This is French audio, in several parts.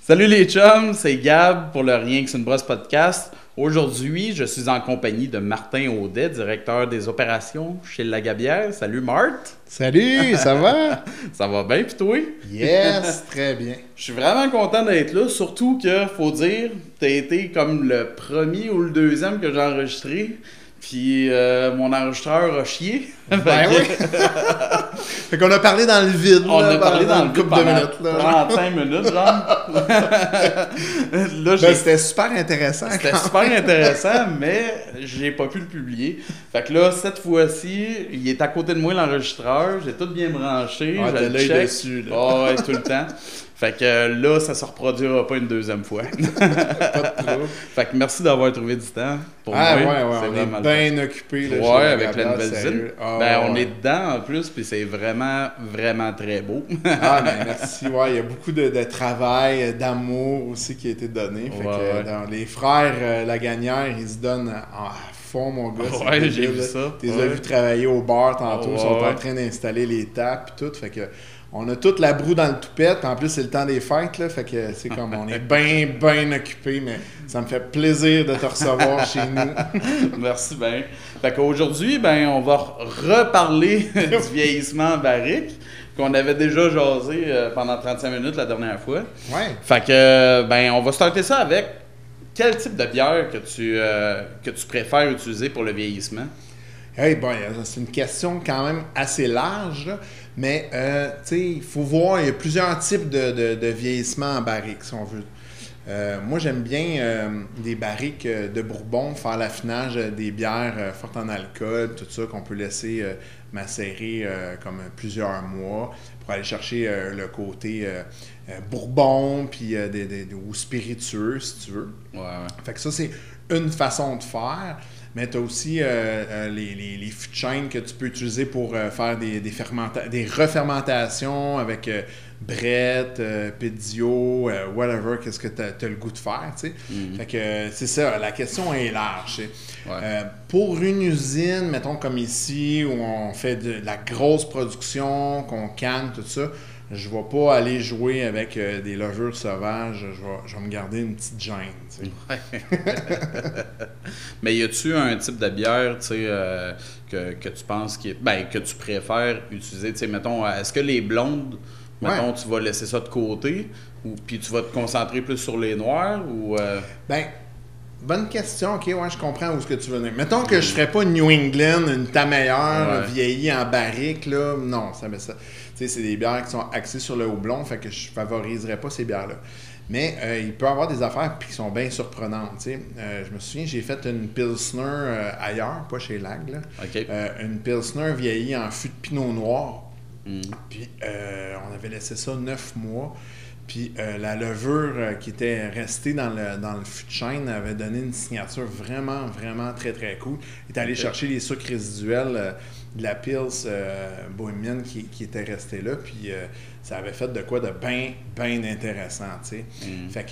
Salut les chums, c'est Gab pour le Rien que c'est une brosse podcast. Aujourd'hui, je suis en compagnie de Martin Audet, directeur des opérations chez La Gabière. Salut Marthe! Salut, ça va? Ça va bien pis toi? Yes, très bien. Je suis vraiment content d'être là, surtout que, faut dire, t'as été comme le premier ou le deuxième que j'ai enregistré. Puis mon enregistreur a chié. Ben oui. Fait qu'on a parlé dans le vide. On là, a parlé dans le couple couple de minutes. Là. 35 minutes, genre. Là, Ben, c'était super intéressant. C'était super intéressant, mais j'ai pas pu le publier. Fait que là, cette fois-ci, il est à côté de moi, l'enregistreur. J'ai tout bien branché. Ah, je t'as le l'œil check. dessus. Là. Ah ouais, tout le temps. Fait que là, ça se reproduira pas une deuxième fois. Pas de trouble. Fait que merci d'avoir trouvé du temps pour Ah moi. ouais, C'est on vraiment est bien occupés. Là, Ouais, avec la nouvelle usine. sérieux. Ah, Ben, ouais. on est dedans en plus, puis c'est vraiment, vraiment très beau. Ah, ben merci. Ouais, il y a beaucoup de travail, d'amour aussi qui a été donné. Fait que, dans les frères Lagagnère, ils se donnent à fond, mon gars. C'est Ouais, débile, j'ai vu là. ça. Tu les Ouais. as vus travailler au bar tantôt. Ils sont Ouais. en train d'installer les tapes et tout. Fait que on a toute la broue dans le toupette. En plus, c'est le temps des fêtes. Là, fait que c'est comme on est bien occupés. Mais ça me fait plaisir de te recevoir chez nous. Merci bien. Fait qu'aujourd'hui, ben, on va reparler du vieillissement en barrique qu'on avait déjà jasé pendant 35 minutes la dernière fois. Ouais. Fait que, ben, on va starter ça avec quel type de bière que tu préfères utiliser pour le vieillissement? Hey, bon, c'est une question quand même assez large, là. Mais tu sais, il faut voir, il y a plusieurs types de vieillissement en barrique, si on veut. Moi, j'aime bien des barriques de Bourbon, faire l'affinage des bières fortes en alcool, tout ça, qu'on peut laisser macérer comme plusieurs mois pour aller chercher le côté Bourbon, puis ou spiritueux, si tu veux. Ouais. Fait que ça, c'est une façon de faire. Mais tu as aussi les fûts de chêne que tu peux utiliser pour faire des refermentations avec Brett, Pédio, whatever, qu'est-ce que tu as le goût de faire, tu sais. Mm-hmm. Fait que c'est ça, la question est large. Ouais. Pour une usine, mettons comme ici, où on fait de la grosse production, qu'on canne, tout ça, je ne vais pas aller jouer avec des levures sauvages. Je vais me garder une petite gêne. Tu sais. Ouais. Mais y a-tu un type de bière, tu sais, que tu penses que tu préfères utiliser, tu sais, mettons, est-ce que les blondes, mettons, tu vas laisser ça de côté, ou puis tu vas te concentrer plus sur les noirs, ou Ben, bonne question. OK, ouais, je comprends où est-ce que tu veux venir. Mettons que je ferais pas une New England, une ta meilleure, Ouais. vieillie en barrique, là. Non, ça. Tu sais, c'est des bières qui sont axées sur le houblon, fait que je favoriserais pas ces bières-là. Mais il peut y avoir des affaires qui sont bien surprenantes. Tu sais. Je me souviens, j'ai fait une Pilsner ailleurs, pas chez Lag, là. OK. Une Pilsner vieillie en fût de pinot noir. Mm. Puis on avait laissé ça 9 mois. Puis la levure qui était restée dans le fût de chêne avait donné une signature vraiment, vraiment très, très cool. Il est allé chercher les sucres résiduels de la Pils bohémienne qui était restée là. Puis ça avait fait de quoi de bien, bien intéressant, tu sais. Mm. Fait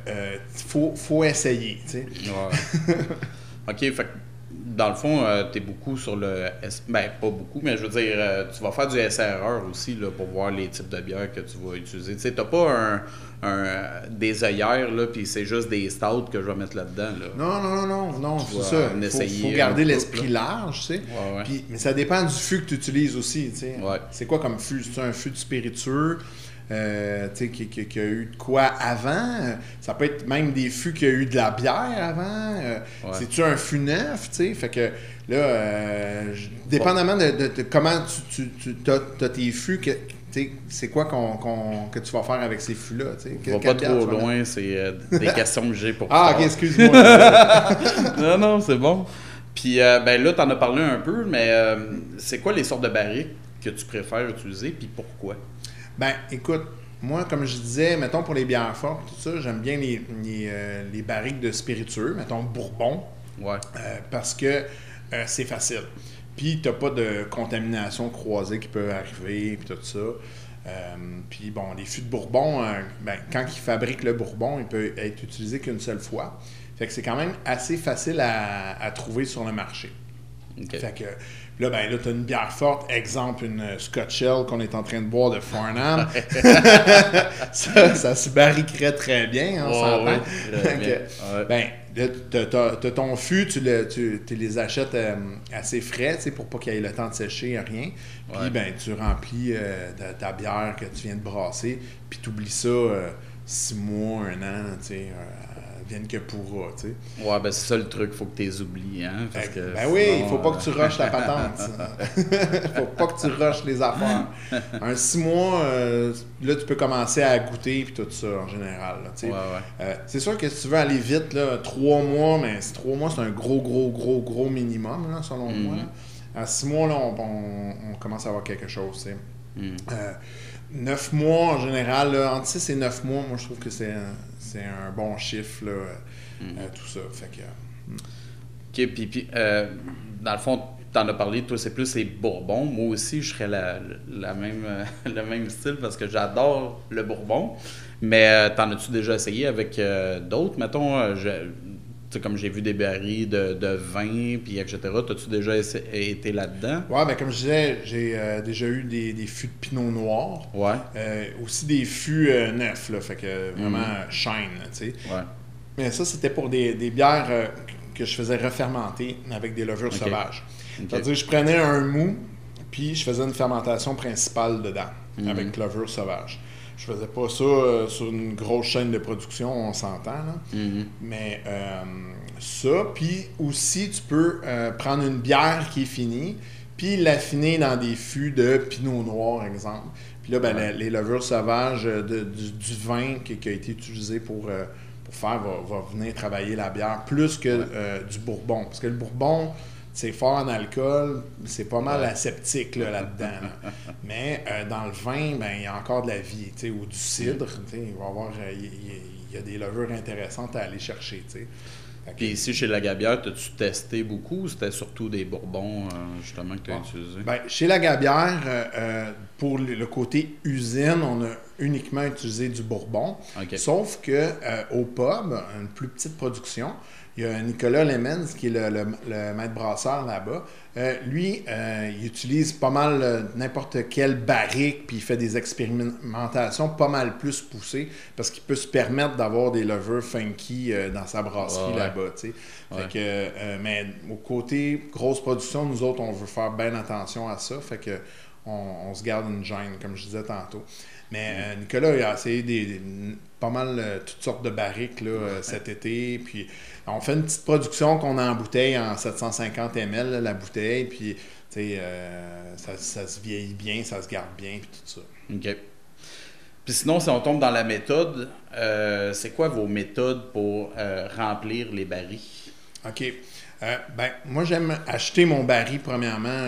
que faut essayer, tu sais. Ouais. OK, fait que dans le fond, tu es beaucoup sur le... Ben, pas beaucoup, mais je veux dire, tu vas faire du SRR aussi là, pour voir les types de bières que tu vas utiliser. Tu sais, t'as pas des œillères, là, puis c'est juste des stouts que je vais mettre là-dedans. Là. Non, Tu c'est vas ça. en Il essayer faut garder un l'esprit couple, large, tu sais. Ouais. Puis, mais ça dépend du fût que tu utilises aussi, tu sais. Ouais. C'est quoi comme fût? C'est un fût de spiritueux, tu sais, qui a eu de quoi avant? Ça peut être même des fûts qui a eu de la bière avant. Ouais. C'est-tu un fût neuf, tu sais? Fait que là, dépendamment de comment tu as tes fûts, c'est quoi que tu vas faire avec ces fûts-là? Va pas trop loin, c'est des questions que j'ai pour Ah, toi. ok, excuse-moi. Non, c'est bon. Puis ben là, t'en as parlé un peu, mais c'est quoi les sortes de barriques que tu préfères utiliser, puis pourquoi? Ben, écoute, moi, comme je disais, mettons pour les bières fortes, tout ça, j'aime bien les barriques de spiritueux, mettons Bourbon, Ouais. parce que c'est facile. Puis, t'as pas de contamination croisée qui peut arriver, puis tout ça. Puis, bon, les fûts de Bourbon, ben, quand ils fabriquent le Bourbon, il peut être utilisé qu'une seule fois. Fait que c'est quand même assez facile à trouver sur le marché. Okay. Fait que là, tu as une bière forte, exemple, une Scotch Ale qu'on est en train de boire de Farnham. ça se barriquerait très bien, on s'entend. Oui, très bien. Ben, t'as ton fût, tu les achètes assez frais, pour pas qu'il y ait le temps de sécher, rien. Puis, tu remplis ta bière que tu viens de brasser, puis tu oublies ça 6 mois, 1 an, vienne que pourra, tu sais. Ouais, ben c'est ça le truc, faut que tu les oublies, hein. Parce que oui, il faut pas que tu rushes la patente. Faut pas que tu rushes les affaires. Un 6 mois, là, tu peux commencer à goûter puis tout ça, en général, là, tu sais. C'est sûr que si tu veux aller vite, là, 3 mois, mais 3 mois, c'est un gros minimum, là, selon moi. Là. À 6 mois, là, on commence à avoir quelque chose, tu sais. 9 mois, en général, là, entre 6 et 9 mois, moi, je trouve que c'est un bon chiffre, là, tout ça. Fait que... OK, puis dans le fond, tu en as parlé, toi, c'est plus les bourbons. Moi aussi, je serais le même style parce que j'adore le bourbon. Mais t'en as-tu déjà essayé avec d'autres? Mettons, comme j'ai vu des barils de vin, puis etc. T'as-tu déjà été là-dedans? Ouais, ben comme je disais, j'ai déjà eu des fûts de pinot noir. Ouais. Aussi des fûts neufs, là, fait que vraiment shine, tu sais. Ouais. Mais ça, c'était pour des bières que je faisais refermenter avec des levures sauvages. C'est-à-dire, je prenais un mou, puis je faisais une fermentation principale dedans, avec levure sauvage. Je faisais pas ça sur une grosse chaîne de production, on s'entend, là. Mais ça, puis aussi, tu peux prendre une bière qui est finie, puis l'affiner dans des fûts de pinot noir, exemple. Puis là, les levures sauvages du vin qui a été utilisé pour faire va venir travailler la bière plus que du bourbon. Parce que le bourbon, c'est fort en alcool, c'est pas mal aseptique là-dedans. Là. Mais dans le vin, il y a encore de la vie, ou du cidre. Il va y avoir il y a des levures intéressantes à aller chercher. Puis ici, chez Lagabière, as-tu testé beaucoup ou c'était surtout des bourbons, justement, que tu as utilisés? Chez Lagabière, pour le côté usine, on a uniquement utilisé du bourbon. Okay. Sauf que au pub, une plus petite production, il y a Nicolas Lemens, qui est le maître brasseur là-bas. Lui, il utilise pas mal n'importe quelle barrique, puis il fait des expérimentations pas mal plus poussées, parce qu'il peut se permettre d'avoir des levures funky dans sa brasserie là-bas. Fait que, mais au côté grosse production, nous autres, on veut faire bien attention à ça. Fait que on se garde une gêne, comme je disais tantôt. Mais Nicolas, il a essayé pas mal toutes sortes de barriques là, cet été. Puis on fait une petite production qu'on a en bouteille en 750 ml, là, la bouteille. Puis ça se vieillit bien, ça se garde bien, puis tout ça. OK. Puis sinon, si on tombe dans la méthode, c'est quoi vos méthodes pour remplir les barils? OK. Moi, j'aime acheter mon baril, premièrement,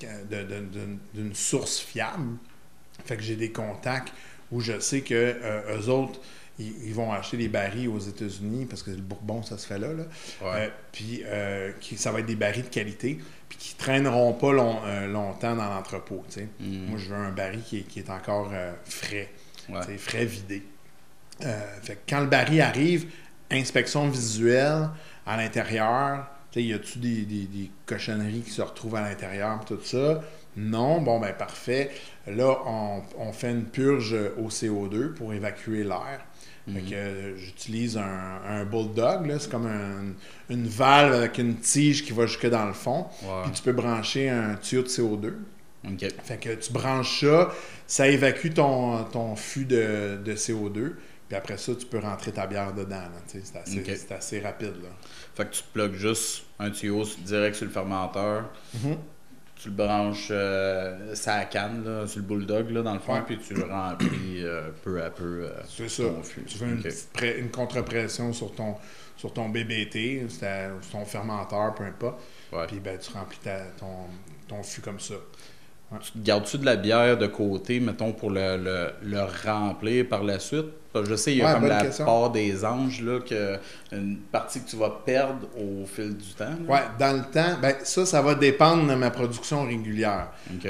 d'une source fiable. Fait que j'ai des contacts où je sais que eux autres, ils vont acheter des barils aux États-Unis parce que le bourbon, ça se fait là. Puis ça va être des barils de qualité, puis qui ne traîneront pas longtemps dans l'entrepôt. Moi, je veux un baril qui est encore frais, frais vidé. Fait que quand le baril arrive, inspection visuelle à l'intérieur, y a-tu des cochonneries qui se retrouvent à l'intérieur, tout ça? Non, parfait. Là, on fait une purge au CO2 pour évacuer l'air. Fait que j'utilise un bulldog, là, c'est comme une valve avec une tige qui va jusque dans le fond. Puis tu peux brancher un tuyau de CO2. Fait que tu branches ça évacue ton fût de CO2. Puis après ça, tu peux rentrer ta bière dedans. C'est assez rapide. Là. Fait que tu te plugues juste un tuyau direct sur le fermenteur. Tu le branches ça à canne, là, sur le bulldog, là, dans le fond, puis tu le remplis peu à peu. C'est ça. Tu fais une contre-pression sur ton BBT, sur ton fermenteur, peu importe. Puis tu remplis ton fût comme ça. Tu gardes-tu de la bière de côté, mettons, pour le remplir par la suite? Parce que je sais, il y a comme la part des anges, là, une partie que tu vas perdre au fil du temps. Oui, dans le temps, ça va dépendre de ma production régulière.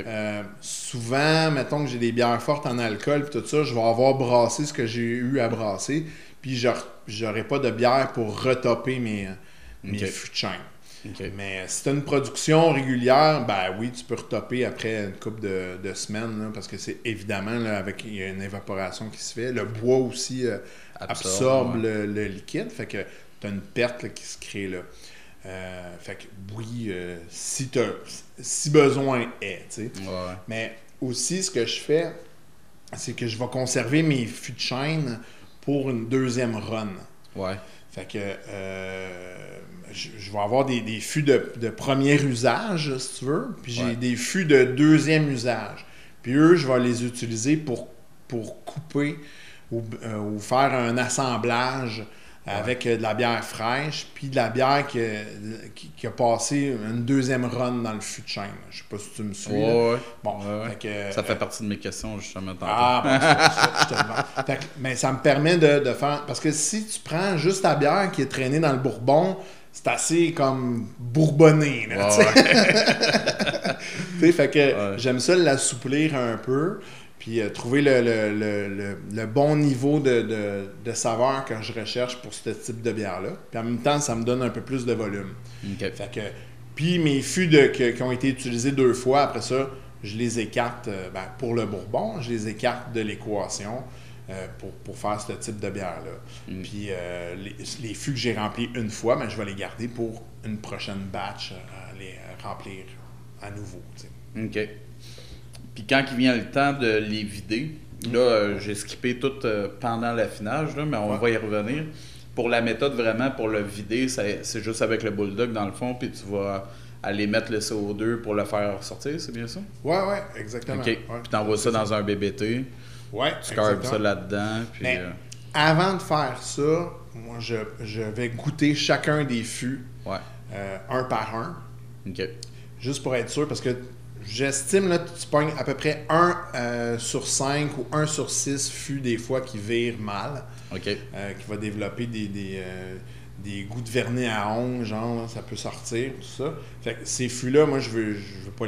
Souvent, mettons que j'ai des bières fortes en alcool et tout ça, je vais avoir brassé ce que j'ai eu à brasser, puis j'aurai pas de bière pour retopper mes fûts de chêne. OK. Mais si tu as une production régulière, ben oui, tu peux retopper après une couple de semaines, là, parce que c'est évidemment, là, il y a une évaporation qui se fait. Le bois aussi absorbe le liquide, fait que tu as une perte là, qui se crée là. Fait que oui, si besoin est, tu sais. Ouais. Mais aussi, ce que je fais, c'est que je vais conserver mes fûts de chêne pour une deuxième run. Ouais. Fait que je vais avoir des fûts de premier usage, si tu veux, puis j'ai des fûts de deuxième usage. Puis eux, je vais les utiliser pour couper ou faire un assemblage avec de la bière fraîche, puis de la bière qui a passé une deuxième run dans le fût de chêne. Je sais pas si tu me suis. Ouais. Bon, Fait que, ça fait partie de mes questions, justement. Ah, bon, je te demande. Mais ça me permet de faire... Parce que si tu prends juste ta bière qui est traînée dans le bourbon, c'est assez comme bourbonné. Là, fait que j'aime ça l'assouplir un peu. Puis trouver le bon niveau de saveur que je recherche pour ce type de bière-là. Puis en même temps, ça me donne un peu plus de volume. Okay. Fait que, puis mes fûts qui ont été utilisés 2 fois, après ça, je les écarte pour le bourbon, je les écarte de l'équation pour faire ce type de bière-là. Puis les fûts que j'ai remplis une fois, je vais les garder pour une prochaine batch, les remplir à nouveau. T'sais. OK. Puis quand il vient le temps de les vider, là, j'ai skippé tout pendant l'affinage, là, mais on va y revenir. Pour la méthode, vraiment, pour le vider, c'est juste avec le bulldog dans le fond, puis tu vas aller mettre le CO2 pour le faire sortir, c'est bien ça? Ouais, exactement. OK. Ouais, puis t'envoies ça dans un BBT. Ouais, tu carbes ça là-dedans. Puis, mais avant de faire ça, moi, je vais goûter chacun des fûts un par un. OK. Juste pour être sûr, parce que j'estime que tu pognes à peu près 1 sur 5 ou 1 sur 6 fûts des fois qui virent mal. OK. Qui va développer des goûts de vernis à ongles, genre, ça peut sortir, tout ça. Fait que ces fûts-là, moi, je veux pas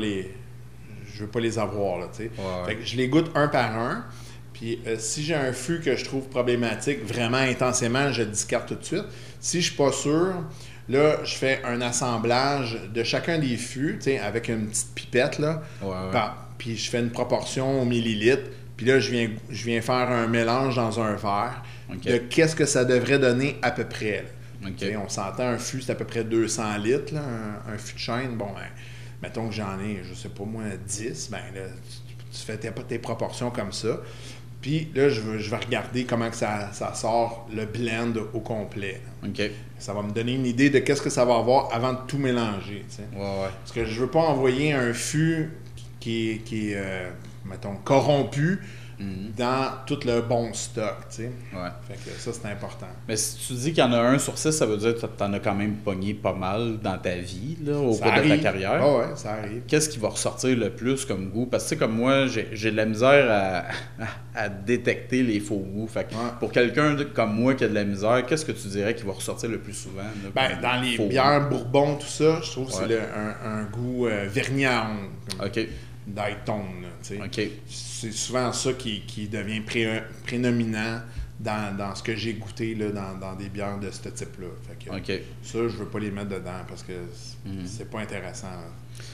les avoir, là, tu sais. Fait que je les goûte un par un. Puis si j'ai un fût que je trouve problématique vraiment intensément, je le discarte tout de suite. Si je suis pas sûr, là, je fais un assemblage de chacun des fûts, tu sais, avec une petite pipette, là. Puis je fais une proportion au millilitre. Puis là, je viens faire un mélange dans un verre de qu'est-ce que ça devrait donner à peu près. On s'entend, un fût, c'est à peu près 200 litres, là, un fût de chêne. Bon, mettons que j'en ai, je sais pas moi, 10, là, tu fais tes proportions comme ça. Puis là, je vais regarder comment que ça sort le blend au complet. Ça va me donner une idée de qu'est-ce que ça va avoir avant de tout mélanger. Parce que je veux pas envoyer un fût qui est mettons, corrompu dans tout le bon stock, tu sais. Fait que ça, c'est important. Mais si tu dis qu'il y en a 1 sur 6, ça veut dire que tu en as quand même pogné pas mal dans ta vie, là, au cours de ta carrière. Ah ça arrive. Qu'est-ce qui va ressortir le plus comme goût? Parce que, tu sais, comme moi, j'ai de la misère à détecter les faux goûts. Fait que pour quelqu'un comme moi qui a de la misère, qu'est-ce que tu dirais qui va ressortir le plus souvent? Là, dans les bières bourbon, tout ça, je trouve que c'est un goût vernis à ongles. OK. D'Hightone, tu sais. OK. C'est souvent ça qui devient prédominant dans ce que j'ai goûté là, dans des bières de ce type-là. Fait que ça, je veux pas les mettre dedans parce que c'est pas intéressant. Là.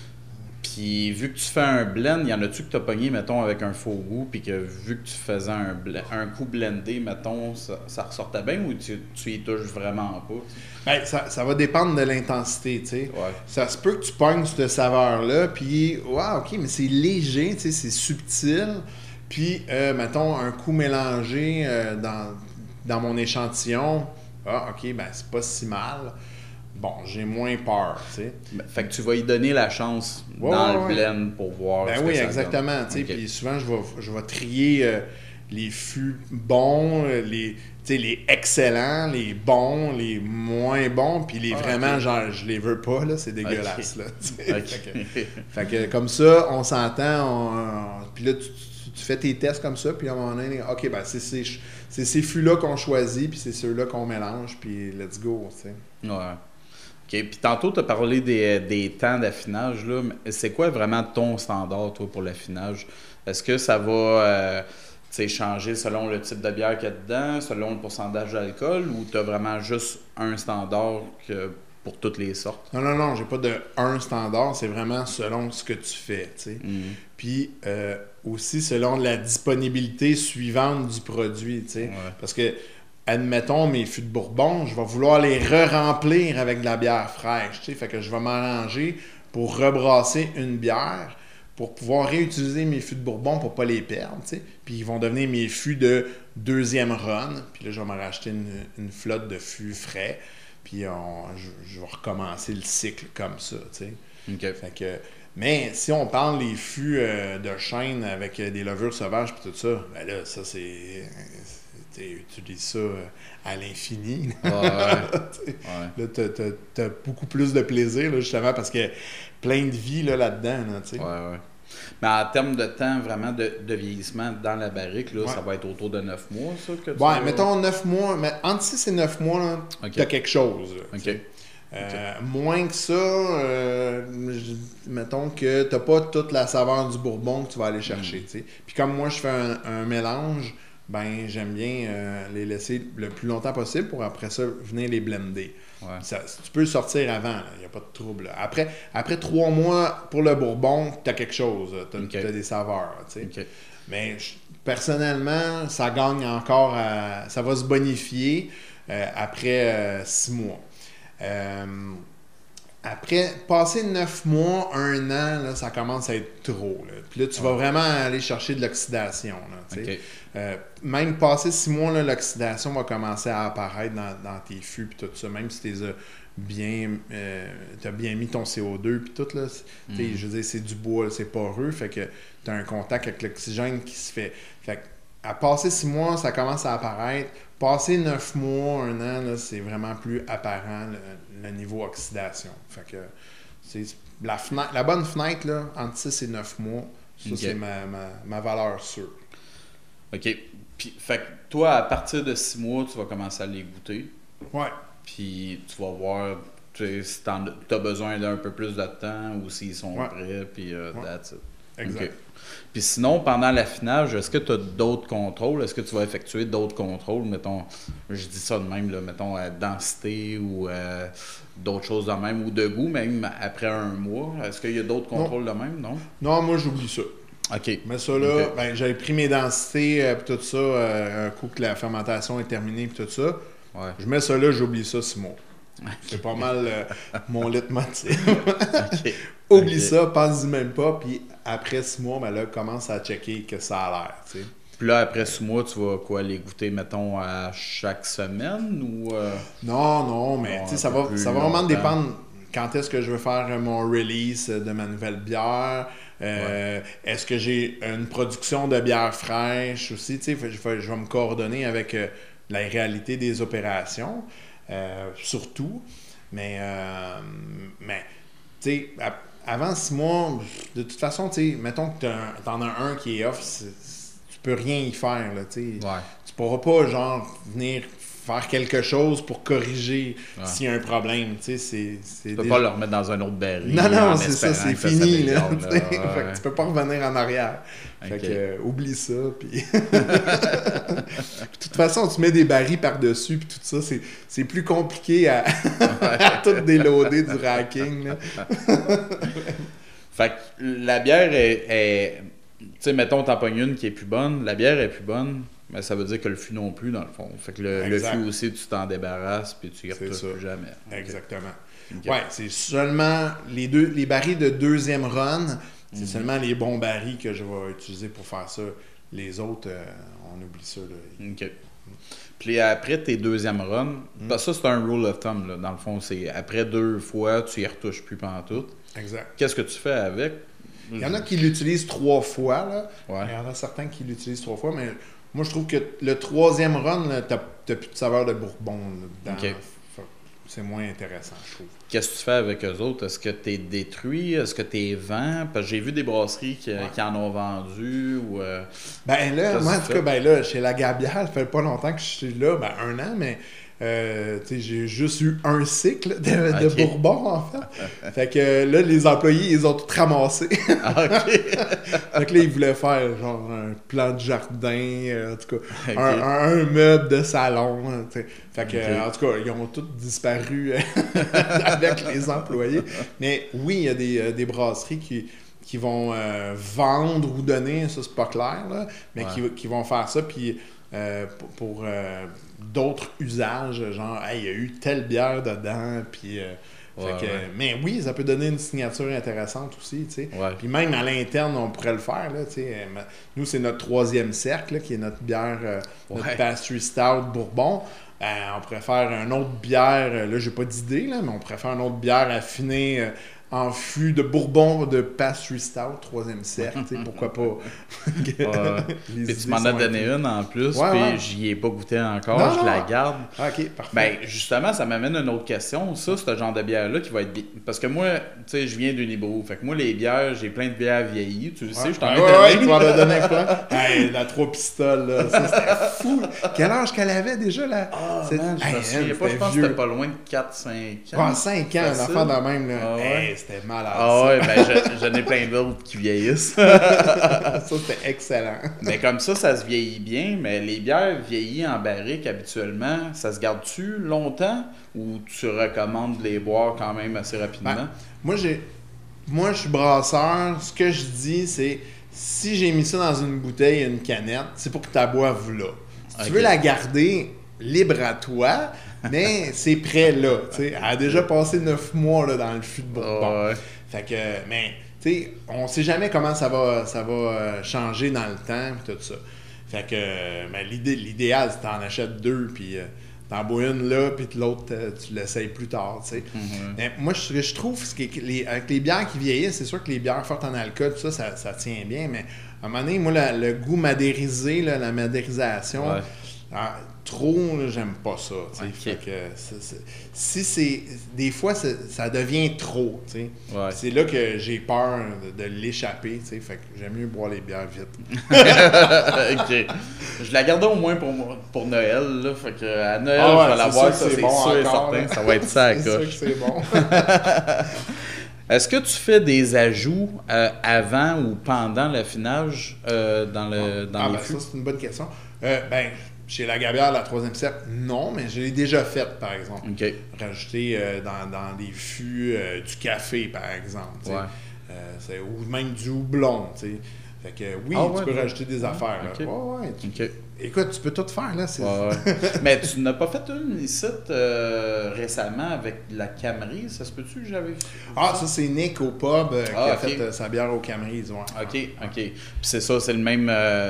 Puis, vu que tu fais un blend, y en a-tu que tu as pogné, mettons, avec un faux goût, puis que vu que tu faisais un coup blendé, mettons, ça ressortait bien ou tu y touches vraiment pas? Ça va dépendre de l'intensité, tu sais. Ça se peut que tu pognes cette saveur-là, puis, OK, mais c'est léger, tu sais, c'est subtil. Puis, mettons, un coup mélangé dans mon échantillon, OK, c'est pas si mal. Bon, j'ai moins peur, tu sais. Fait que tu vas y donner la chance dans le blend pour voir ce que oui, ça exactement, tu sais. Puis souvent, je vais trier les fûts bons, les excellents, les bons, les moins bons, puis les vraiment, genre, je les veux pas, là, c'est dégueulasse, là. Fait que comme ça, on s'entend, puis là, tu fais tes tests comme ça, puis à un moment donné, OK, c'est ces fûts-là qu'on choisit, puis c'est ceux-là qu'on mélange, puis let's go, tu sais. OK. Puis tantôt, tu as parlé des temps d'affinage, là. C'est quoi vraiment ton standard, toi, pour l'affinage? Est-ce que ça va changer selon le type de bière qu'il y a dedans, selon le pourcentage d'alcool, ou tu as vraiment juste un standard que pour toutes les sortes? Non, j'ai pas de un standard, c'est vraiment selon ce que tu fais, tu sais. Puis aussi selon la disponibilité suivante du produit, tu sais. Ouais. Parce que, admettons, mes fûts de Bourbon, je vais vouloir les re-remplir avec de la bière fraîche, tu sais. Fait que je vais m'arranger pour rebrasser une bière pour pouvoir réutiliser mes fûts de Bourbon pour pas les perdre, tu sais. Puis ils vont devenir mes fûts de deuxième run. Puis là, je vais me racheter une flotte de fûts frais. Puis je vais recommencer le cycle comme ça, tu sais. OK. Fait que, mais si on parle des fûts de chêne avec des levures sauvages puis tout ça, ben là, ça c'est... Tu utilises ça à l'infini. Ouais. Là, t'as beaucoup plus de plaisir, là, justement, parce que plein de vie là-dedans, là, tu sais. Ouais. Mais en termes de temps, vraiment, de vieillissement dans la barrique, là, Ouais. ça va être autour de 9 mois, ça, que tu Ouais, vas- mettons 9 mois, mais entre 6 et 9 mois, là, Ok. t'as quelque chose. Là, OK. tu sais. Moins que ça, mettons que t'as pas toute la saveur du bourbon que tu vas aller chercher. Tu sais. Puis comme moi, je fais un mélange, ben j'aime bien les laisser le plus longtemps possible pour après ça venir les blender. Ouais. Tu peux le sortir avant, il n'y a pas de trouble. Là. Après 3 mois, pour le bourbon, t'as quelque chose, t'as Ok. des saveurs. Tu sais. OK. Mais personnellement, ça gagne encore ça va se bonifier après 6 mois. Après, passer 9 mois, 1 an, là, ça commence à être trop. Là. Puis là, tu vas vraiment aller chercher de l'oxydation. Là, tu sais. OK. Même passer 6 mois, là, l'oxydation va commencer à apparaître dans tes fûts puis tout ça. Même si tu as bien mis ton CO2 puis tout, là, je veux dire, c'est du bois, là, c'est poreux, fait que tu as un contact avec l'oxygène qui se fait. Fait que, à passer 6 mois, ça commence à apparaître. Passer 9 mois, 1 an, là, c'est vraiment plus apparent le niveau oxydation. Fait que c'est la bonne fenêtre, là, entre 6 et 9 mois, ça, OK. c'est ma valeur sûre. OK. Puis, fait que toi, à partir de 6 mois, tu vas commencer à les goûter. Ouais. Puis, tu vas voir si tu as besoin d'un peu plus de temps ou s'ils sont Ouais. prêts. Puis, that's it. Exact. OK. Puis sinon, pendant l'affinage, est-ce que tu as d'autres contrôles? Est-ce que tu vas effectuer d'autres contrôles? Mettons, je dis ça de même, là, mettons, densité ou d'autres choses de même, ou de goût, même après 1 mois. Est-ce qu'il y a d'autres contrôles de même? Non? Non, moi, j'oublie ça. OK. Mais ça, là, OK. ben, j'avais pris mes densités puis tout ça, un coup que la fermentation est terminée puis tout ça. Ouais. Je mets ça là, j'oublie ça 6 mois. C'est pas mal mon leitmotiv. OK. Oublie OK. ça, pense-y même pas, puis après 6 mois, ben là, commence à checker que ça a l'air, tu sais. Puis là, après 6 mois, tu vas quoi, les goûter, mettons, à chaque semaine ou... Non, mais Non, tu sais, un peu plus ça va vraiment longtemps. dépendre quand est-ce que je veux faire mon release de ma nouvelle bière. Est-ce que j'ai une production de bière fraîche aussi, tu sais, je vais me coordonner avec la réalité des opérations, surtout. Mais tu sais, avant 6 mois, de toute façon, tu sais, mettons que t'en as un qui est off, tu peux rien y faire, là, tu sais. Ouais. Tu pourras pas, genre, venir faire quelque chose pour corriger Ouais. s'il y a un problème, tu sais, c'est Tu peux pas le remettre dans un autre baril. Non, en c'est ça, espérant c'est que ça fini, là, s'améliore, tu sais. là. Ouais. Fait que tu peux pas revenir en arrière. Fait Ok. que, oublie ça, puis... De toute façon, tu mets des barils par-dessus, puis tout ça, c'est plus compliqué à tout déloader du racking, là. Fait que la bière est tu sais, mettons, t'en pognes une qui est plus bonne, la bière est plus bonne, mais ça veut dire que le fût non plus, dans le fond. Fait que le Exact. fût aussi, tu t'en débarrasses, puis tu y C'est retouches ça. plus jamais. Ok. Exactement. Ok. Ouais, c'est seulement les barils de deuxième run, c'est seulement les bons barils que je vais utiliser pour faire ça. Les autres, on oublie ça, là. OK. Puis après tes deuxièmes runs, parce que ça, c'est un rule of thumb, là. Dans le fond, c'est après 2 fois, tu y retouches plus pantoute. Exact. Qu'est-ce que tu fais avec? Il y en a qui l'utilisent 3 fois, là. Ouais. Il y en a certains qui l'utilisent 3 fois, mais moi, je trouve que le troisième run, là, t'as plus de saveur de bourbon là, dedans. OK. Fait que c'est moins intéressant, je trouve. Qu'est-ce que tu fais avec eux autres? Est-ce que tu es détruit? Est-ce que tu es vends? Parce que j'ai vu des brasseries qui en ont vendu. Ou, Ben là, Qu'est-ce moi, en que tout tu cas, fais? ben là, chez la Gabiale, ça fait pas longtemps que je suis là, ben 1 an, mais J'ai juste eu un cycle de bourbon, en fait. Fait que là, les employés, ils ont tout ramassé. Fait que là, ils voulaient faire genre un plan de jardin, en tout cas, un meuble de salon. Fait que, en tout cas, ils ont tous disparu avec les employés. Mais oui, il y a des brasseries qui vont vendre ou donner, ça c'est pas clair, là, mais qui vont faire ça, puis pour d'autres usages, genre, hey, il y a eu telle bière dedans, puis... mais oui, ça peut donner une signature intéressante aussi, tu sais. Puis même à l'interne, on pourrait le faire, là, tu sais. Nous, c'est notre 3e cercle, là, qui est notre bière, notre Pastry Stout Bourbon. On pourrait faire une autre bière, là, j'ai pas d'idée, là, mais on pourrait faire une autre bière affinée en fût de Bourbon de Pastry Stout, 3e cercle, tu sais, pourquoi pas. Puis tu m'en as donné une en plus, puis j'y ai pas goûté encore, je la garde. OK, parfait. Ben, justement, ça m'amène à une autre question, ça, ce genre de bière-là qui va être... Parce que moi, tu sais, je viens d'une Hébreu, fait que moi, les bières, j'ai plein de bières vieillies, tu le sais, je t'en ai donné. Tu m'en as donné plein. Hey, la 3 pistoles, là, ça, c'était fou. Quel âge qu'elle avait déjà, là? Je me souviens pas, je pense que c'était pas loin de 4-5 ans. 5 ans, un enfant de même, là. C'était malade. J'en ai plein d'autres qui vieillissent. Ça, c'était excellent. Mais comme ça se vieillit bien, mais les bières vieillies en barrique, habituellement, ça se garde-tu longtemps ou tu recommandes de les boire quand même assez rapidement? Moi, je suis brasseur. Ce que je dis, c'est si j'ai mis ça dans une bouteille, une canette, c'est pour que tu la boives là. Si tu veux la garder, libre à toi, mais c'est prêt là. Elle a déjà passé 9 mois là, dans le fût de Bourbon. Fait que, mais, tu sais, on sait jamais comment ça va changer dans le temps et tout ça. Fait que, mais l'idéal, c'est que t'en achètes 2, puis t'en bois une là, puis l'autre, tu l'essayes plus tard, tu sais. Mais moi, je trouve avec les bières qui vieillissent, c'est sûr que les bières fortes en alcool, tout ça tient bien, mais à un moment donné, moi, le goût madérisé, là, la madérisation... trop, là, j'aime pas ça. Fait que si c'est... Des fois, ça devient trop. C'est là que j'ai peur de l'échapper. Fait que j'aime mieux boire les bières vite. Je la gardais au moins pour Noël. Là, fait que à Noël, je vais la boire, ça c'est bon sûr et certain. Ça va être ça à coche. C'est sûr que c'est bon. Est-ce que tu fais des ajouts avant ou pendant l'affinage dans les fûts? Ça, c'est une bonne question. Chez la Gabière, la 3e cercle, non, mais je l'ai déjà faite, par exemple. Rajouter dans des fûts du café, par exemple. Ou même du houblon, tu sais. Fait que oui, tu peux rajouter des affaires. Écoute, tu peux tout faire, là. Mais tu n'as pas fait une ici récemment avec la Camerise, ça se peut-tu que j'avais fait? Ça c'est Nick au pub qui a fait sa bière au Camerise, OK. Puis c'est ça, c'est le même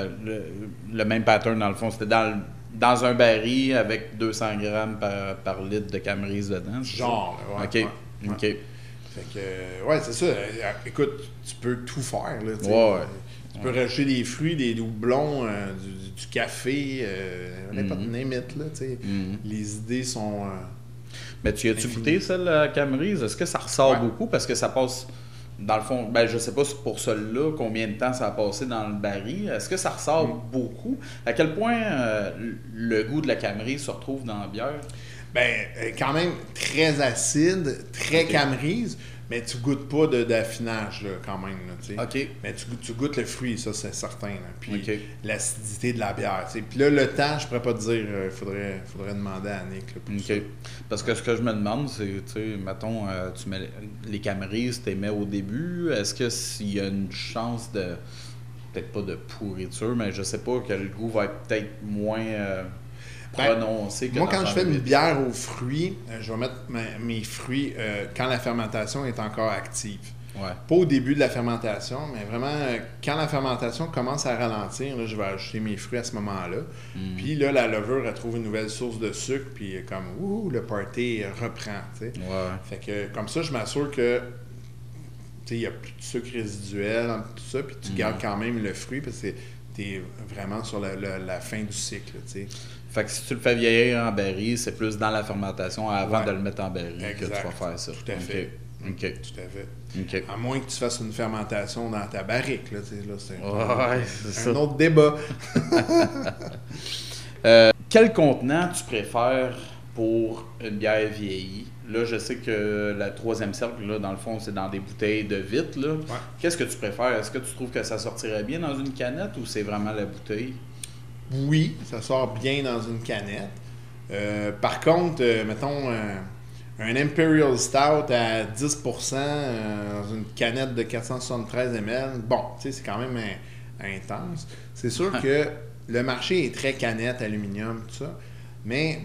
pattern dans le fond. C'était dans un baril avec 200 grammes par litre de Camerise dedans. Genre, OK. Fait que, c'est ça. Écoute, tu peux tout faire, là. Tu peux rajouter des fruits, des doublons, du café, n'importe limite, là, tu sais. Les idées sont... Mais tu as-tu goûté celle à Camerise? Est-ce que ça ressort beaucoup? Parce que ça passe, dans le fond, je sais pas pour celle-là, combien de temps ça a passé dans le baril. Est-ce que ça ressort beaucoup? À quel point le goût de la Camerise se retrouve dans la bière? Quand même très acide, très Camerise. Mais tu goûtes pas d'affinage, là, quand même, là, tu sais. Mais tu goûtes le fruit, ça, c'est certain, là. Puis l'acidité de la bière, tu sais. Puis là, le temps, je pourrais pas te dire, faudrait demander à Nick, là, pour ça. Parce que ce que je me demande, c'est, tu sais, mettons, tu mets les Camerises, tu les mets au début. Est-ce que s'il y a une chance de, peut-être pas de pourriture, mais je sais pas, que le goût va être peut-être moins... prononcé que moi, quand je fais une bière aux fruits, je vais mettre mes fruits quand la fermentation est encore active. Pas au début de la fermentation, mais vraiment, quand la fermentation commence à ralentir, là, je vais ajouter mes fruits à ce moment-là. Puis là, la levure, elle trouve une nouvelle source de sucre, puis comme, le party reprend, tu sais. Fait que, comme ça, je m'assure que il n'y a plus de sucre résiduel, tout ça, puis tu gardes quand même le fruit, parce que tu es vraiment sur la fin du cycle, tu sais. Fait que si tu le fais vieillir en baril, c'est plus dans la fermentation avant de le mettre en baril que tu vas faire ça. Tout à fait. Tout à fait. À moins que tu fasses une fermentation dans ta barrique, là, c'est un autre débat. Quel contenant tu préfères pour une bière vieillie. Là, je sais que la troisième cercle, là, dans le fond, c'est dans des bouteilles de vitre. Là. Ouais. Qu'est-ce que tu préfères? Est-ce que tu trouves que ça sortirait bien dans une canette ou c'est vraiment la bouteille? Oui, ça sort bien dans une canette. Par contre, mettons un Imperial Stout à 10% dans une canette de 473 ml, bon, tu sais, c'est quand même intense. C'est sûr que le marché est très canette, aluminium, tout ça, mais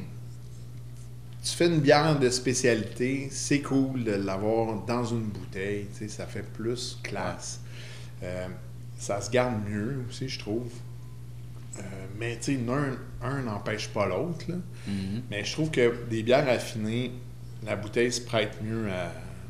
tu fais une bière de spécialité, c'est cool de l'avoir dans une bouteille, tu sais, ça fait plus classe. Ça se garde mieux aussi, je trouve. Mais tu sais, un n'empêche pas l'autre. Là. Mm-hmm. Mais je trouve que des bières affinées, la bouteille se prête mieux à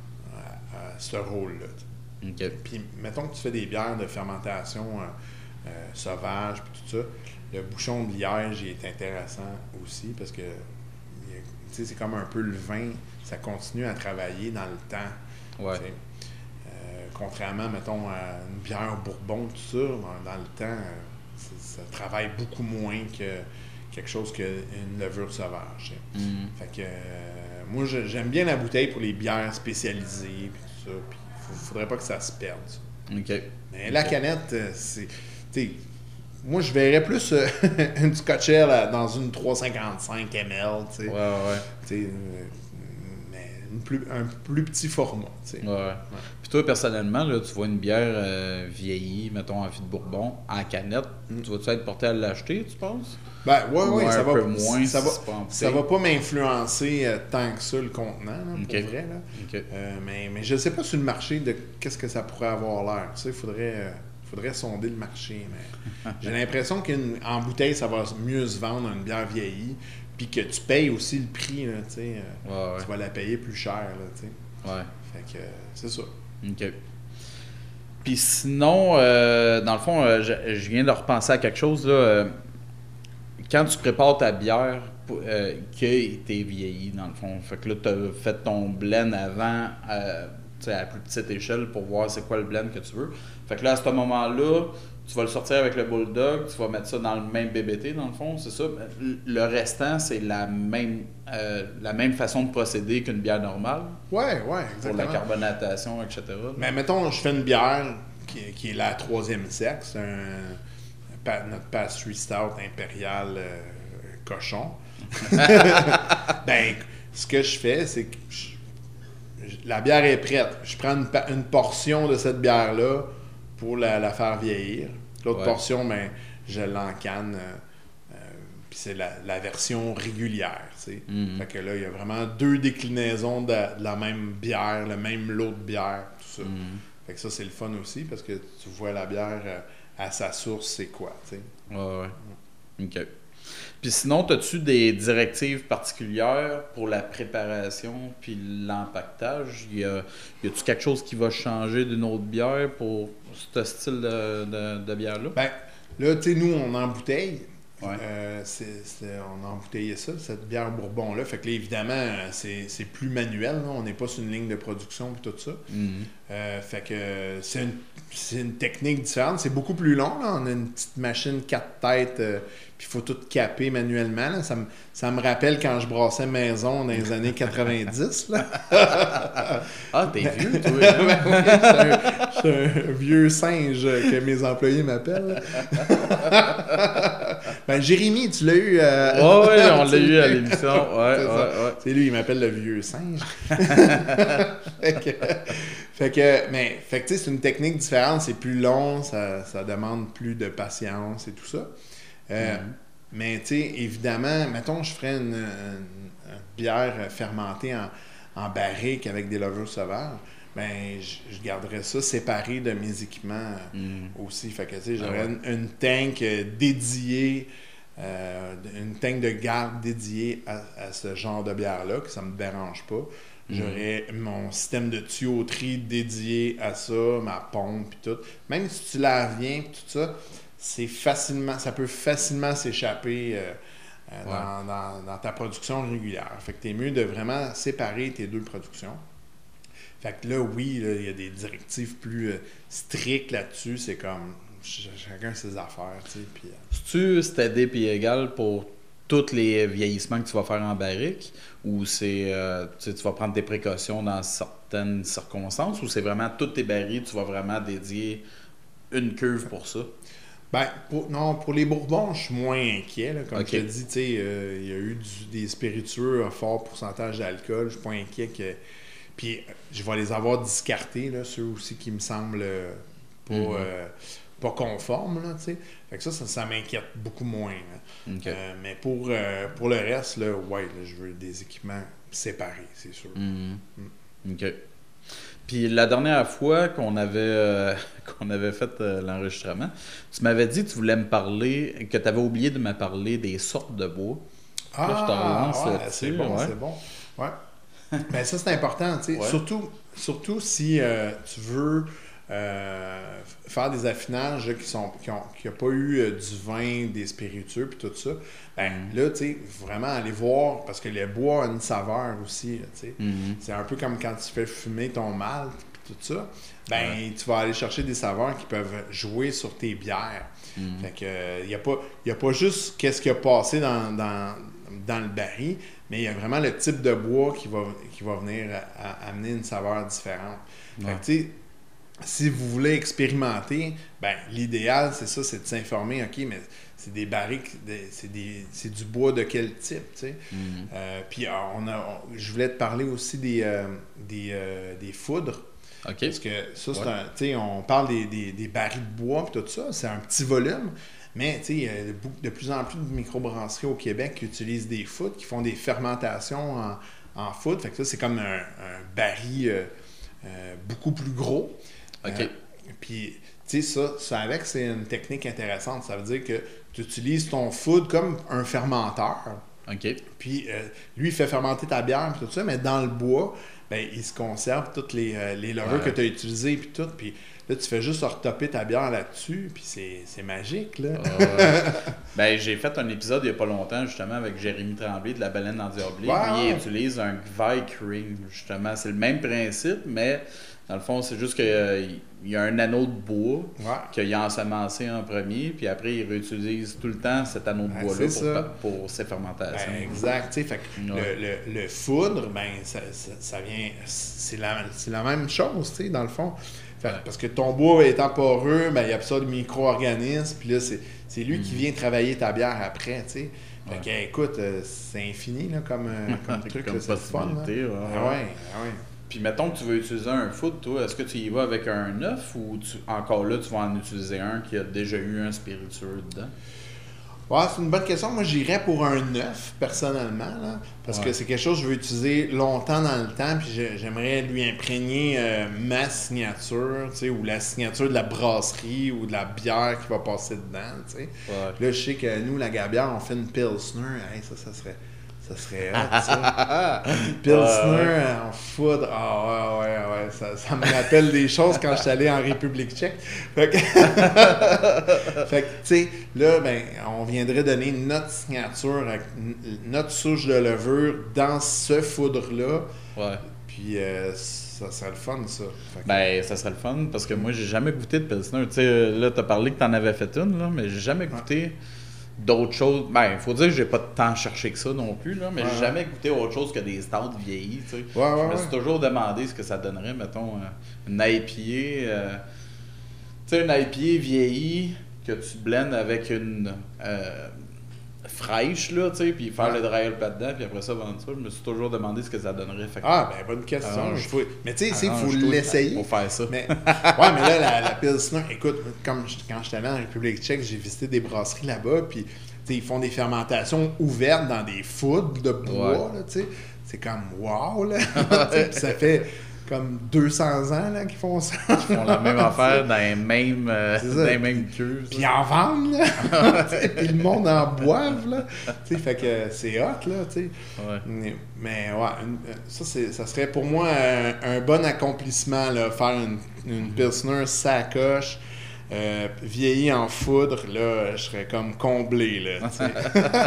ce rôle-là. Okay. Puis mettons que tu fais des bières de fermentation sauvage, puis tout ça, le bouchon de liège il est intéressant aussi parce que c'est comme un peu le vin, ça continue à travailler dans le temps. Ouais. Contrairement, mettons, à une bière bourbon, tout ça, dans le temps, ça travaille beaucoup moins que quelque chose qu'une levure sauvage. Fait que moi, j'aime bien la bouteille pour les bières spécialisées, puis tout ça, puis il faudrait pas que ça se perde. Ça. Okay. Mais la canette, c'est... Moi, je verrais plus une Scotch Ale dans une 355 ml, tu sais. Ouais. Mais un plus petit format, tu sais. Ouais. Puis toi, personnellement, là, tu vois une bière vieillie, mettons en fût de Bourbon, en canette, tu vas-tu être porté à l'acheter, tu penses? Ben, oui, ça va. Moins, ça va pas m'influencer tant que ça, le contenant, là, okay. pour vrai. Là. Okay. Mais je sais pas sur le marché de qu'est-ce que ça pourrait avoir l'air. Tu sais, il faudrait sonder le marché. Mais j'ai l'impression qu'en bouteille, ça va mieux se vendre une bière vieillie, puis que tu payes aussi le prix, là, tu sais. Tu vas la payer plus cher, là, tu sais. Ouais. Fait que c'est ça. OK. Puis sinon, dans le fond, je viens de repenser à quelque chose, là. Quand tu prépares ta bière qui a été vieillie, dans le fond, fait que là, tu as fait ton blend avant, à plus petite échelle pour voir c'est quoi le blend que tu veux. Fait que là, à ce moment-là, tu vas le sortir avec le Bulldog, tu vas mettre ça dans le même BBT, dans le fond, c'est ça. Le restant, c'est la même façon de procéder qu'une bière normale. Ouais, exactement. Pour la carbonatation, etc. Mais mettons, je fais une bière qui est la troisième sexe, notre pastry stout impérial cochon. Ben, ce que je fais, c'est que la bière est prête. Je prends une portion de cette bière-là pour la faire vieillir. L'autre portion, ben, je l'encane. Puis c'est la version régulière. Fait que là, il y a vraiment 2 déclinaisons de la même bière, le même lot de bière, tout ça. Fait que ça, c'est le fun aussi parce que tu vois la bière à sa source, c'est quoi, tu sais. Ouais. OK. Puis sinon, as-tu des directives particulières pour la préparation puis l'empaquetage? Y a-tu quelque chose qui va changer d'une autre bière pour ce style de bière-là? Ben, là, tu sais, nous, on embouteille. Ouais. On a embouteillé ça, cette bière Bourbon-là. Fait que là, évidemment, c'est plus manuel. Là. On n'est pas sur une ligne de production et tout ça. Fait que c'est une technique différente. C'est beaucoup plus long. Là. On a une petite machine 4 têtes, puis il faut tout caper manuellement. Là. Ça me rappelle quand je brassais maison dans les années 90. Là. Ah, t'es vieux, toi! Je suis un vieux singe que mes employés m'appellent. Ben, Jérémy, tu l'as eu. Oui, on l'a eu à l'émission. Ouais. C'est lui, il m'appelle le vieux singe. Fait que tu sais, c'est une technique différente, c'est plus long, ça demande plus de patience et tout ça. Mais tu sais, évidemment, mettons, je ferais une bière fermentée en barrique avec des levures sauvages. Ben, je garderais ça séparé de mes équipements aussi. Fait que, tu sais, j'aurais une tank dédiée, une tank de garde dédiée à ce genre de bière-là, que ça me dérange pas. J'aurais mon système de tuyauterie dédié à ça, ma pompe et tout. Même si tu laves bien tout ça, ça peut facilement s'échapper dans ta production régulière. Fait que t'es mieux de vraiment séparer tes 2 productions. Fait que là, oui, il y a des directives plus strictes là-dessus. C'est comme chacun ses affaires, tu sais. Puis, c'est-tu égal pour tous les vieillissements que tu vas faire en barrique, ou c'est tu vas prendre des précautions dans certaines circonstances, ou c'est vraiment toutes tes barriques, tu vas vraiment dédier une cuve pour ça? Ben, pour les bourbons, je suis moins inquiet. Là. Comme Ok. je te dis, il y a eu des spiritueux à fort pourcentage d'alcool. Je suis pas inquiet que. Puis, je vais les avoir discartés, là, ceux aussi qui me semblent pas conformes. Là, tu sais. Fait que ça m'inquiète beaucoup moins. Là. Ok. Mais pour le reste, là, ouais, là, je veux des équipements séparés, c'est sûr. OK. Puis la dernière fois qu'on avait, qu'on avait fait l'enregistrement, tu m'avais dit que tu voulais me parler, que tu avais oublié de me parler des sortes de bois. Là, je te relance là-dessus, c'est bon, ouais. c'est bon. Ouais. Ben ça, c'est important, tu sais. Ouais. Surtout si tu veux faire des affinages là, qui n'ont pas eu du vin, des spiritueux, puis tout ça. Ben là, tu sais, vraiment aller voir, parce que le bois a une saveur aussi, là, tu sais. C'est un peu comme quand tu fais fumer ton malt, puis tout ça. Ben, tu vas aller chercher des saveurs qui peuvent jouer sur tes bières. Fait que, il n'y a pas juste qu'est-ce qui a passé dans le baril, mais il y a vraiment le type de bois qui va venir amener une saveur différente. Fait que, tu sais, si vous voulez expérimenter, ben l'idéal, c'est ça, c'est de s'informer, OK, mais c'est des barriques, c'est du bois de quel type, tu sais. Puis je voulais te parler aussi des foudres. OK. Parce que ça, c'est tu sais, on parle des barils de bois et tout ça, c'est un petit volume, mais tu sais, il y a de plus en plus de microbrasseries au Québec qui utilisent des foudres, qui font des fermentations en foudre. Fait que ça, c'est comme un baril beaucoup plus gros. OK. Puis, tu sais, ça avec, c'est une technique intéressante. Ça veut dire que tu utilises ton foudre comme un fermenteur. OK. Puis, lui, il fait fermenter ta bière et tout ça, mais dans le bois, ben, il se conserve toutes les levures que tu as utilisées puis tout. Puis là, tu fais juste retopper ta bière là-dessus, puis c'est magique, là. Ben, j'ai fait un épisode il n'y a pas longtemps, justement, avec Jérémy Tremblay de la Baleine d'Endiablé. Lui, il utilise un Gveik-ring, justement. C'est le même principe, mais dans le fond, c'est juste qu'il y a un anneau de bois qu'il a ensemencé en premier, puis après, il réutilise tout le temps cet anneau de bois-là pour ses fermentations. Ben, exact. Fait que le foudre, ben, ça vient... C'est la même chose, tu sais, dans le fond. Parce que ton bois étant poreux, ben, il absorbe des micro-organismes, puis là, c'est lui qui vient travailler ta bière après, tu sais. Fait que, écoute, c'est infini, là, comme truc, comme là, c'est fun, là. Ah ouais. Puis mettons que tu veux utiliser un foudre, toi, est-ce que tu y vas avec un neuf ou encore là, tu vas en utiliser un qui a déjà eu un spiritueux dedans? Ouais, c'est une bonne question. Moi, j'irais pour un neuf, personnellement, là, parce que c'est quelque chose que je veux utiliser longtemps dans le temps, puis j'aimerais lui imprégner ma signature, tu sais, ou la signature de la brasserie ou de la bière qui va passer dedans, tu sais. Là, je sais que nous, la Gabière, on fait une Pilsner. Hey, ça serait hot, ça. Pilsner en foudre. Ah ouais. Ça me rappelle des choses quand j'étais allé en République tchèque. Fait que, tu sais, là, ben, on viendrait donner notre signature, avec notre souche de levure dans ce foudre-là. Ouais. Puis, ça serait le fun, ça. Ben, ça serait le fun, parce que moi, j'ai jamais goûté de Pilsner. Tu sais, là, t'as parlé que t'en avais fait une, là, mais j'ai jamais goûté d'autres choses. Ben, il faut dire que j'ai pas de temps cherché que ça non plus, là, mais j'ai jamais goûté autre chose que des stouts vieillis, tu sais. Je me suis toujours demandé ce que ça donnerait, mettons, une IPA. Tu sais, une IPA vieillie que tu blends avec une fraîche, là, tu sais, puis faire le dry hop là-dedans, puis après ça, vendre ça. Je me suis toujours demandé ce que ça donnerait. Fait que, ben, bonne question. Mais tu sais, il faut l'essayer. Pour faire ça. Mais là, la Pilsner, écoute, comme quand j'étais allé en République tchèque, j'ai visité des brasseries là-bas, puis ils font des fermentations ouvertes dans des foudres de bois, là, tu sais. C'est comme wow, là. Ça fait comme 200 ans là, qu'ils font ça. Ils font la même affaire dans les mêmes cuves. Puis ils en vendent, là. Puis le monde en boive, là. Fait que c'est hot, là, tu sais. Mais ça serait pour moi un bon accomplissement, là, faire une Pilsner sacoche, vieillie en foudre, là, je serais comme comblé, là, tu sais.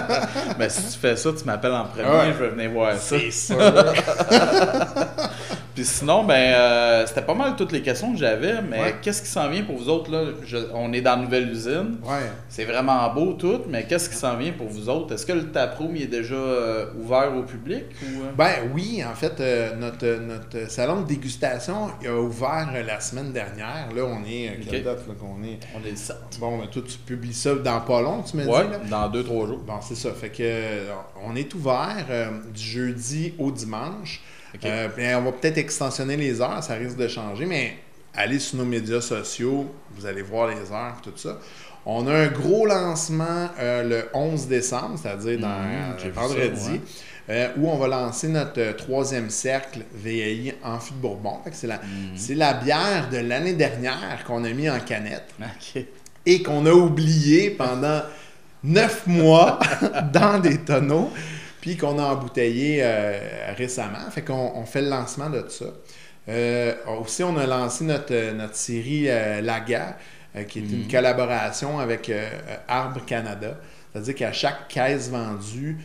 Mais si tu fais ça, tu m'appelles en premier, je vais venir voir ça. C'est sûr. Puis sinon, c'était pas mal toutes les questions que j'avais, mais qu'est-ce qui s'en vient pour vous autres, là? On est dans la nouvelle usine. Ouais. C'est vraiment beau tout, mais qu'est-ce qui s'en vient pour vous autres? Est-ce que le taproom est déjà ouvert au public? Ou... Ben oui, en fait, notre salon de dégustation a ouvert la semaine dernière. Là, on est... Quelle date là, qu'on est? On est le 7. Bon, ben toi, tu publies ça dans pas long, tu me dis? Ouais, Là? dans 2-3 jours. Bon, c'est ça. Fait que on est ouvert du jeudi au dimanche. Okay. On va peut-être extensionner les heures, ça risque de changer, mais allez sur nos médias sociaux, vous allez voir les heures et tout ça. On a un gros lancement le 11 décembre, c'est-à-dire dans vendredi, où on va lancer notre 3e cercle VAI Amphi de Bourbon. Fait que c'est la bière de l'année dernière qu'on a mis en canette et qu'on a oublié pendant 9 mois dans des tonneaux. Puis qu'on a embouteillé récemment. Fait qu'on fait le lancement de ça. Aussi, on a lancé notre série Laga, qui est une collaboration avec Arbre Canada. C'est-à-dire qu'à chaque caisse vendue,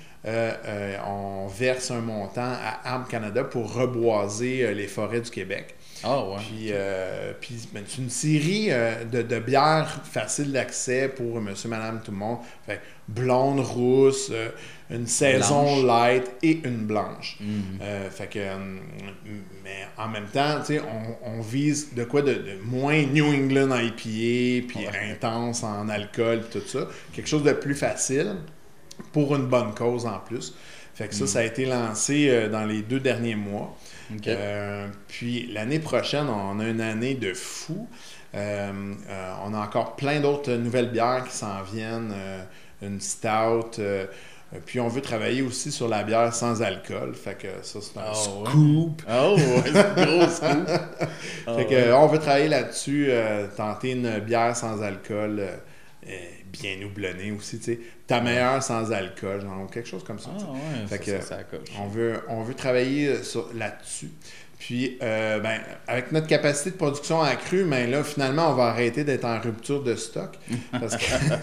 on verse un montant à Arbre Canada pour reboiser les forêts du Québec. Ah ouais. Puis c'est une série de bières faciles d'accès pour monsieur, madame, tout le monde. Fait, blonde, rousse, une saison light et une blanche. Fait que, mais en même temps, tu sais, on vise de quoi de moins New England IPA, puis intense en alcool, tout ça. Quelque chose de plus facile pour une bonne cause en plus. Fait que ça a été lancé dans les 2 derniers mois. Okay. Puis l'année prochaine, on a une année de fou. On a encore plein d'autres nouvelles bières qui s'en viennent. Une stout. Puis on veut travailler aussi sur la bière sans alcool. Fait que ça, c'est un scoop. Oh, c'est un gros scoop. Fait que on veut travailler là-dessus, tenter une bière sans alcool. Bien houblonnée aussi, tu sais. Ta meilleure sans alcool, genre quelque chose comme ça. Fait que on veut travailler là-dessus. Puis, avec notre capacité de production accrue, là, finalement, on va arrêter d'être en rupture de stock. Parce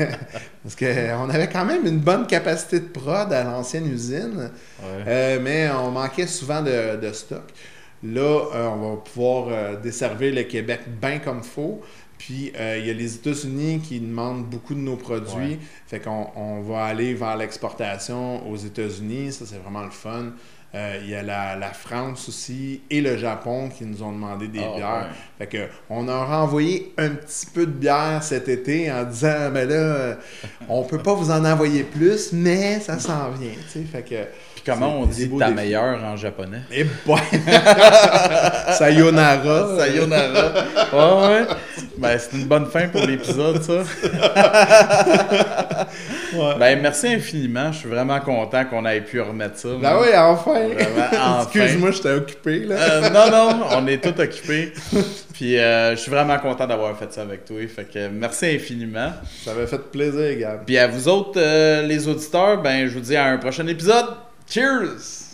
que on avait quand même une bonne capacité de prod à l'ancienne usine, mais on manquait souvent de stock. Là, on va pouvoir desservir le Québec bien comme il faut. Puis, il y a les États-Unis qui demandent beaucoup de nos produits. Fait qu'on va aller vers l'exportation aux États-Unis. Ça, c'est vraiment le fun. Il y a la France aussi et le Japon qui nous ont demandé des bières. Fait que on a envoyé un petit peu de bière cet été en disant, ben là, on peut pas vous en envoyer plus, mais ça s'en vient. T'sais. Fait que... Puis comment on dit ta meilleure en japonais? Eh boy! Sayonara! Sayonara! Ouais. Ben, c'est une bonne fin pour l'épisode, ça. Ben, merci infiniment. Je suis vraiment content qu'on ait pu remettre ça. Ben oui, enfin! Vraiment, Excuse-moi, j'étais occupé, là. Non, on est tous occupés. Puis, je suis vraiment content d'avoir fait ça avec toi. Fait que merci infiniment. Ça m'a fait plaisir, Gab. Puis à vous autres, les auditeurs, ben, je vous dis à un prochain épisode. Cheers!